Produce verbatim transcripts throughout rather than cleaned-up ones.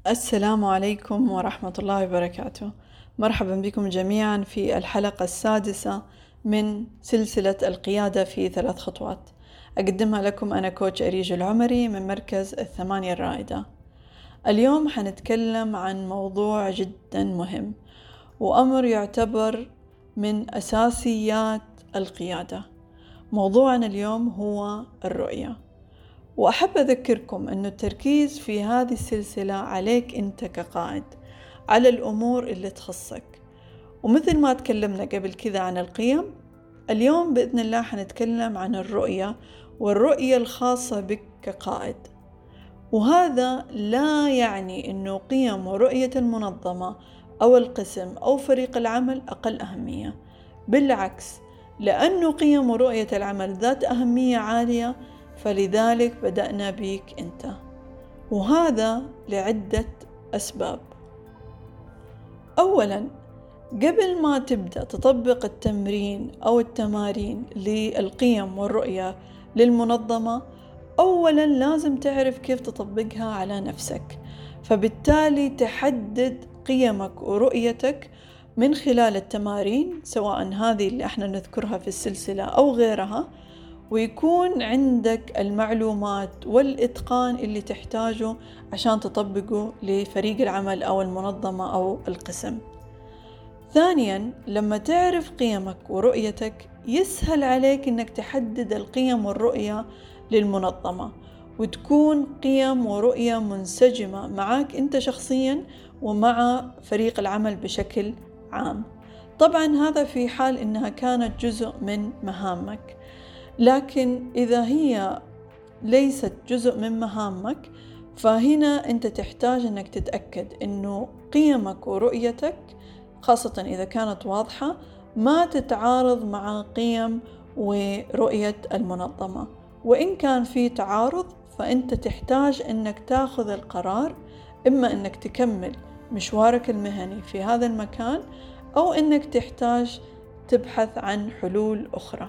السلام عليكم ورحمة الله وبركاته. مرحبا بكم جميعا في الحلقة السادسة من سلسلة القيادة في ثلاث خطوات. أقدمها لكم أنا كوتش أريج العمري من مركز الثمانية الرائدة. اليوم حنتكلم عن موضوع جدا مهم وأمر يعتبر من أساسيات القيادة. موضوعنا اليوم هو الرؤية، وأحب أذكركم أن التركيز في هذه السلسلة عليك أنت كقائد، على الأمور اللي تخصك. ومثل ما تكلمنا قبل كذا عن القيم، اليوم بإذن الله حنتكلم عن الرؤية والرؤية الخاصة بك كقائد. وهذا لا يعني أنه قيم ورؤية المنظمة أو القسم أو فريق العمل أقل أهمية، بالعكس، لأنه قيم ورؤية العمل ذات أهمية عالية، فلذلك بدأنا بيك أنت، وهذا لعدة أسباب. أولاً، قبل ما تبدأ تطبق التمرين أو التمارين للقيم والرؤية للمنظمة، أولاً لازم تعرف كيف تطبقها على نفسك، فبالتالي تحدد قيمك ورؤيتك من خلال التمارين، سواء هذه اللي احنا نذكرها في السلسلة أو غيرها، ويكون عندك المعلومات والإتقان اللي تحتاجه عشان تطبقه لفريق العمل أو المنظمة أو القسم. ثانياً، لما تعرف قيمك ورؤيتك يسهل عليك إنك تحدد القيم والرؤية للمنظمة، وتكون قيم ورؤية منسجمة معك أنت شخصياً ومع فريق العمل بشكل عام. طبعاً هذا في حال إنها كانت جزء من مهامك، لكن إذا هي ليست جزء من مهامك، فهنا أنت تحتاج أنك تتأكد أنه قيمك ورؤيتك، خاصة إذا كانت واضحة، ما تتعارض مع قيم ورؤية المنظمة. وإن كان في تعارض، فأنت تحتاج أنك تاخذ القرار، إما أنك تكمل مشوارك المهني في هذا المكان، أو أنك تحتاج تبحث عن حلول أخرى.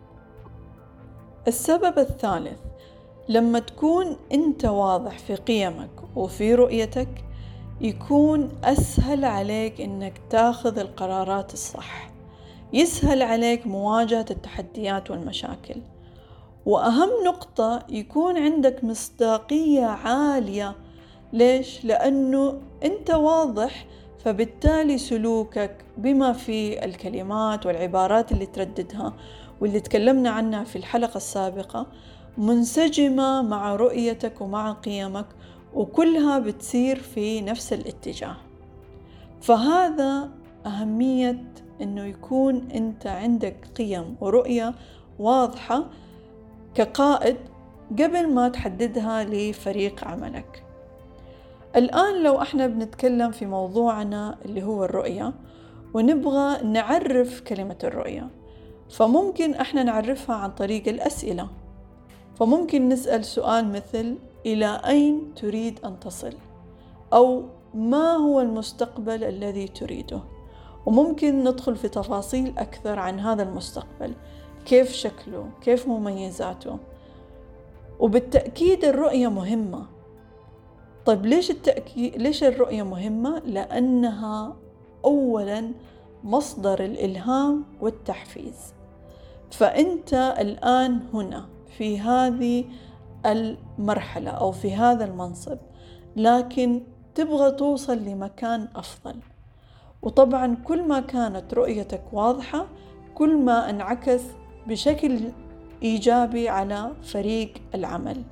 السبب الثالث، لما تكون أنت واضح في قيمك وفي رؤيتك، يكون أسهل عليك أنك تاخذ القرارات الصح، يسهل عليك مواجهة التحديات والمشاكل. وأهم نقطة، يكون عندك مصداقية عالية. ليش؟ لأنه أنت واضح، فبالتالي سلوكك بما في الكلمات والعبارات اللي ترددها واللي تكلمنا عنها في الحلقة السابقة منسجمة مع رؤيتك ومع قيمك، وكلها بتسير في نفس الاتجاه. فهذا أهمية أنه يكون أنت عندك قيم ورؤية واضحة كقائد قبل ما تحددها لفريق عملك. الآن لو احنا بنتكلم في موضوعنا اللي هو الرؤية، ونبغى نعرف كلمة الرؤية، فممكن احنا نعرفها عن طريق الأسئلة. فممكن نسأل سؤال مثل: إلى أين تريد أن تصل؟ أو ما هو المستقبل الذي تريده؟ وممكن ندخل في تفاصيل أكثر عن هذا المستقبل، كيف شكله، كيف مميزاته. وبالتأكيد الرؤية مهمة. طيب ليش التأكيد؟ ليش الرؤية مهمة؟ لأنها أولاً مصدر الإلهام والتحفيز. فأنت الآن هنا في هذه المرحلة أو في هذا المنصب، لكن تبغى توصل لمكان أفضل. وطبعاً كل ما كانت رؤيتك واضحة، كل ما انعكس بشكل إيجابي على فريق العمل.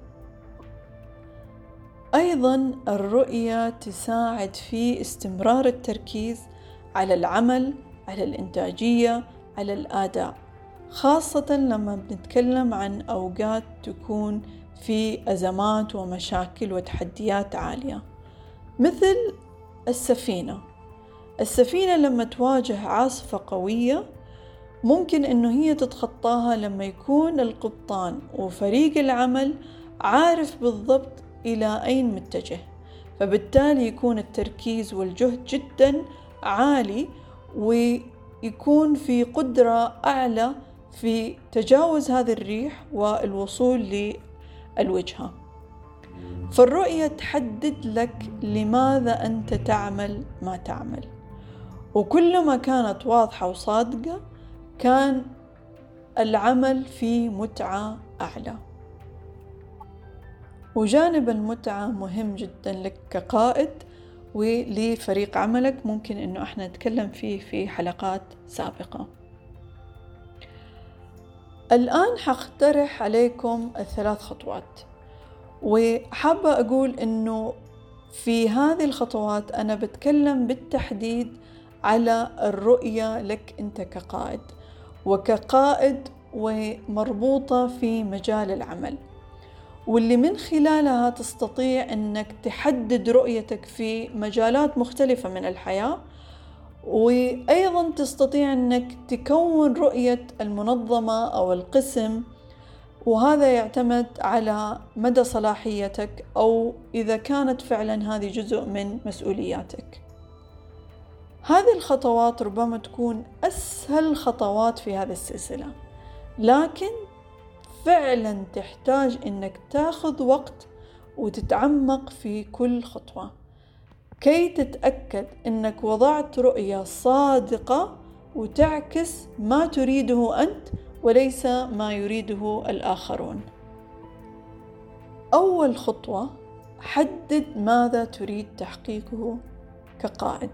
أيضاً الرؤية تساعد في استمرار التركيز على العمل، على الإنتاجية، على الأداء، خاصة لما بنتكلم عن أوقات تكون في أزمات ومشاكل وتحديات عالية، مثل السفينة. السفينة لما تواجه عاصفة قوية، ممكن إنه هي تتخطاها لما يكون القبطان وفريق العمل عارف بالضبط إلى أين متجه، فبالتالي يكون التركيز والجهد جدا عالي، ويكون في قدرة أعلى في تجاوز هذه الريح والوصول للوجهة. فالرؤية تحدد لك لماذا أنت تعمل ما تعمل، وكلما كانت واضحة وصادقة كان العمل فيه متعة أعلى. وجانب المتعة مهم جدا لك كقائد ولفريق عملك، ممكن إنه إحنا نتكلم فيه في حلقات سابقة. الآن حقترح عليكم الثلاث خطوات، وحابة أقول إنه في هذه الخطوات أنا بتكلم بالتحديد على الرؤية لك أنت كقائد وكقائد ومربوطة في مجال العمل، واللي من خلالها تستطيع أنك تحدد رؤيتك في مجالات مختلفة من الحياة، وأيضا تستطيع أنك تكون رؤية المنظمة أو القسم، وهذا يعتمد على مدى صلاحيتك أو إذا كانت فعلا هذه جزء من مسؤولياتك. هذه الخطوات ربما تكون أسهل خطوات في هذه السلسلة، لكن فعلا تحتاج إنك تاخذ وقت وتتعمق في كل خطوة كي تتأكد إنك وضعت رؤية صادقة وتعكس ما تريده أنت وليس ما يريده الآخرون. أول خطوة، حدد ماذا تريد تحقيقه كقائد.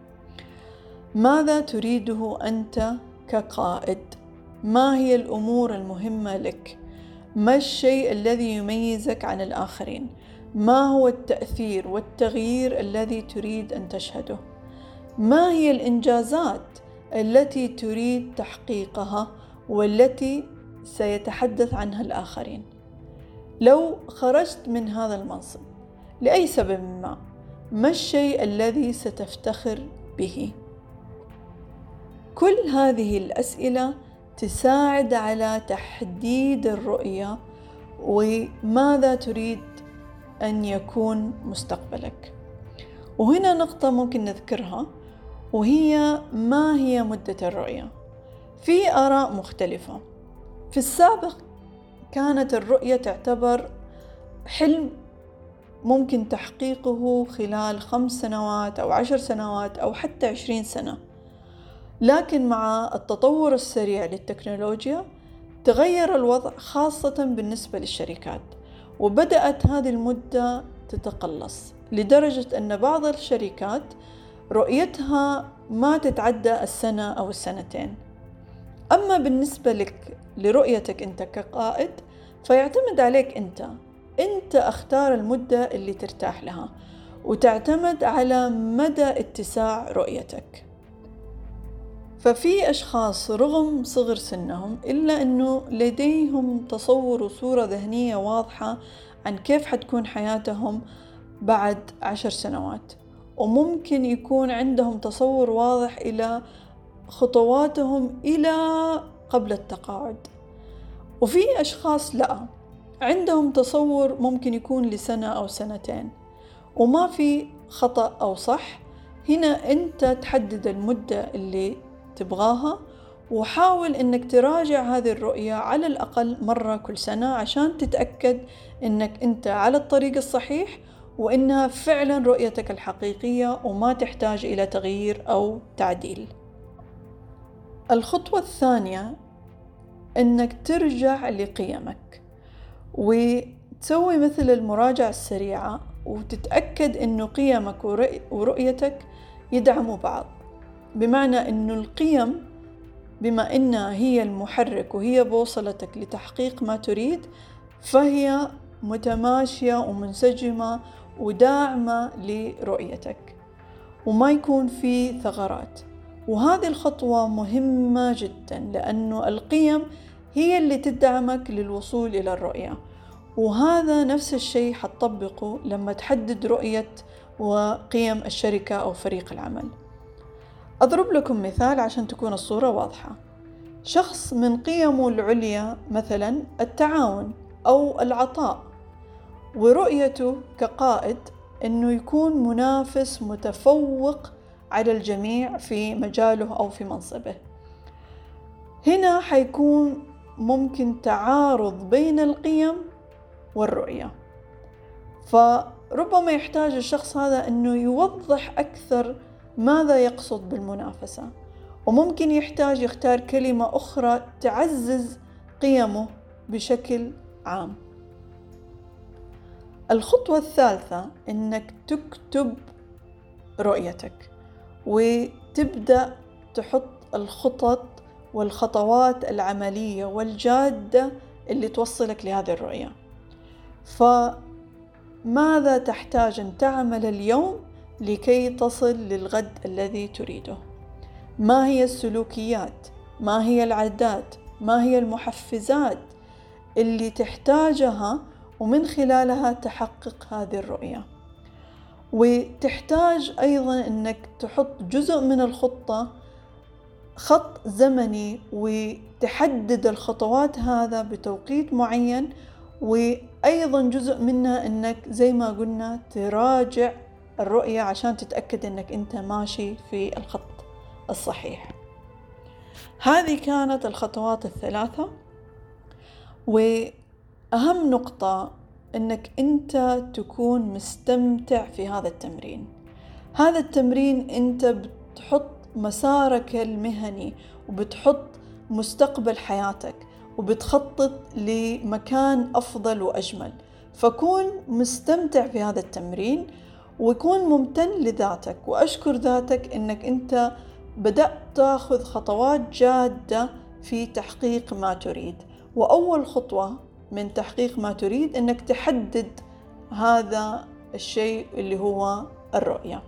ماذا تريده أنت كقائد؟ ما هي الأمور المهمة لك؟ ما الشيء الذي يميزك عن الآخرين؟ ما هو التأثير والتغيير الذي تريد أن تشهده؟ ما هي الإنجازات التي تريد تحقيقها والتي سيتحدث عنها الآخرين؟ لو خرجت من هذا المنصب لأي سبب ما، ما الشيء الذي ستفتخر به؟ كل هذه الأسئلة تساعد على تحديد الرؤية وماذا تريد أن يكون مستقبلك. وهنا نقطة ممكن نذكرها، وهي ما هي مدة الرؤية؟ في آراء مختلفة. في السابق كانت الرؤية تعتبر حلم ممكن تحقيقه خلال خمس سنوات أو عشر سنوات أو حتى عشرين سنة، لكن مع التطور السريع للتكنولوجيا تغير الوضع خاصة بالنسبة للشركات، وبدأت هذه المدة تتقلص لدرجة أن بعض الشركات رؤيتها ما تتعدى السنة أو السنتين. أما بالنسبة لك لرؤيتك أنت كقائد فيعتمد عليك أنت أنت اختار المدة اللي ترتاح لها، وتعتمد على مدى اتساع رؤيتك. ففي أشخاص رغم صغر سنهم إلا أنه لديهم تصور وصورة ذهنية واضحة عن كيف حتكون حياتهم بعد عشر سنوات، وممكن يكون عندهم تصور واضح إلى خطواتهم إلى قبل التقاعد. وفي أشخاص لا، عندهم تصور ممكن يكون لسنة أو سنتين، وما في خطأ أو صح. هنا أنت تحدد المدة اللي تبغاها، وحاول أنك تراجع هذه الرؤية على الأقل مرة كل سنة عشان تتأكد أنك أنت على الطريق الصحيح، وأنها فعلا رؤيتك الحقيقية وما تحتاج إلى تغيير أو تعديل. الخطوة الثانية أنك ترجع لقيمك وتسوي مثل المراجعة السريعة، وتتأكد أنه قيمك ورؤيتك يدعموا بعض. بمعنى أنه القيم بما أنها هي المحرك وهي بوصلتك لتحقيق ما تريد، فهي متماشية ومنسجمة وداعمة لرؤيتك، وما يكون في ثغرات. وهذه الخطوة مهمة جدا، لأنه القيم هي اللي تدعمك للوصول إلى الرؤية، وهذا نفس الشيء حتطبقه لما تحدد رؤية وقيم الشركة أو فريق العمل. أضرب لكم مثال عشان تكون الصورة واضحة. شخص من قيمه العليا مثلا التعاون أو العطاء، ورؤيته كقائد أنه يكون منافس متفوق على الجميع في مجاله أو في منصبه. هنا حيكون ممكن تعارض بين القيم والرؤية، فربما يحتاج الشخص هذا أنه يوضح أكثر ماذا يقصد بالمنافسة، وممكن يحتاج يختار كلمة أخرى تعزز قيمه بشكل عام. الخطوة الثالثة أنك تكتب رؤيتك وتبدأ تحط الخطط والخطوات العملية والجادة اللي توصلك لهذه الرؤية. فماذا تحتاج أن تعمل اليوم لكي تصل للغد الذي تريده؟ ما هي السلوكيات؟ ما هي العادات؟ ما هي المحفزات اللي تحتاجها ومن خلالها تحقق هذه الرؤية؟ وتحتاج أيضا أنك تحط جزء من الخطة خط زمني وتحدد الخطوات هذا بتوقيت معين، وأيضا جزء منها أنك زي ما قلنا تراجع الرؤية عشان تتأكد أنك أنت ماشي في الخط الصحيح. هذه كانت الخطوات الثلاثة، وأهم نقطة أنك أنت تكون مستمتع في هذا التمرين. هذا التمرين أنت بتحط مسارك المهني وبتحط مستقبل حياتك وبتخطط لمكان أفضل وأجمل، فكون مستمتع في هذا التمرين وكون ممتن لذاتك وأشكر ذاتك أنك أنت بدأت تأخذ خطوات جادة في تحقيق ما تريد. وأول خطوة من تحقيق ما تريد أنك تحدد هذا الشيء اللي هو الرؤية.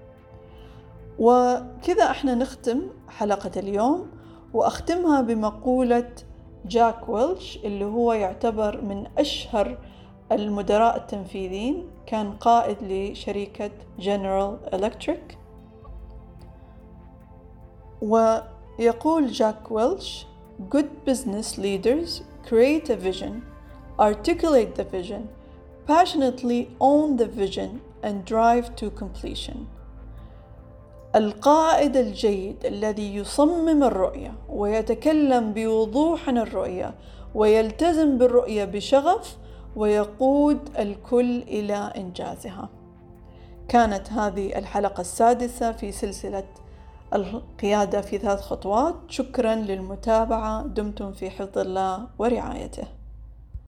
وكذا احنا نختم حلقة اليوم، وأختمها بمقولة جاك ويلش اللي هو يعتبر من أشهر المدراء التنفيذيين، كان قائد لشركة جنرال إلكتريك. ويقول جاك ويلش: Good business leaders create a vision, articulate the vision, passionately own the vision and drive to completion. القائد الجيد الذي يصمم الرؤية ويتكلم بوضوح عن الرؤية ويلتزم بالرؤية بشغف ويقود الكل إلى إنجازها. كانت هذه الحلقة السادسة في سلسلة القيادة في ثلاث خطوات. شكرا للمتابعة، دمتم في حفظ الله ورعايته.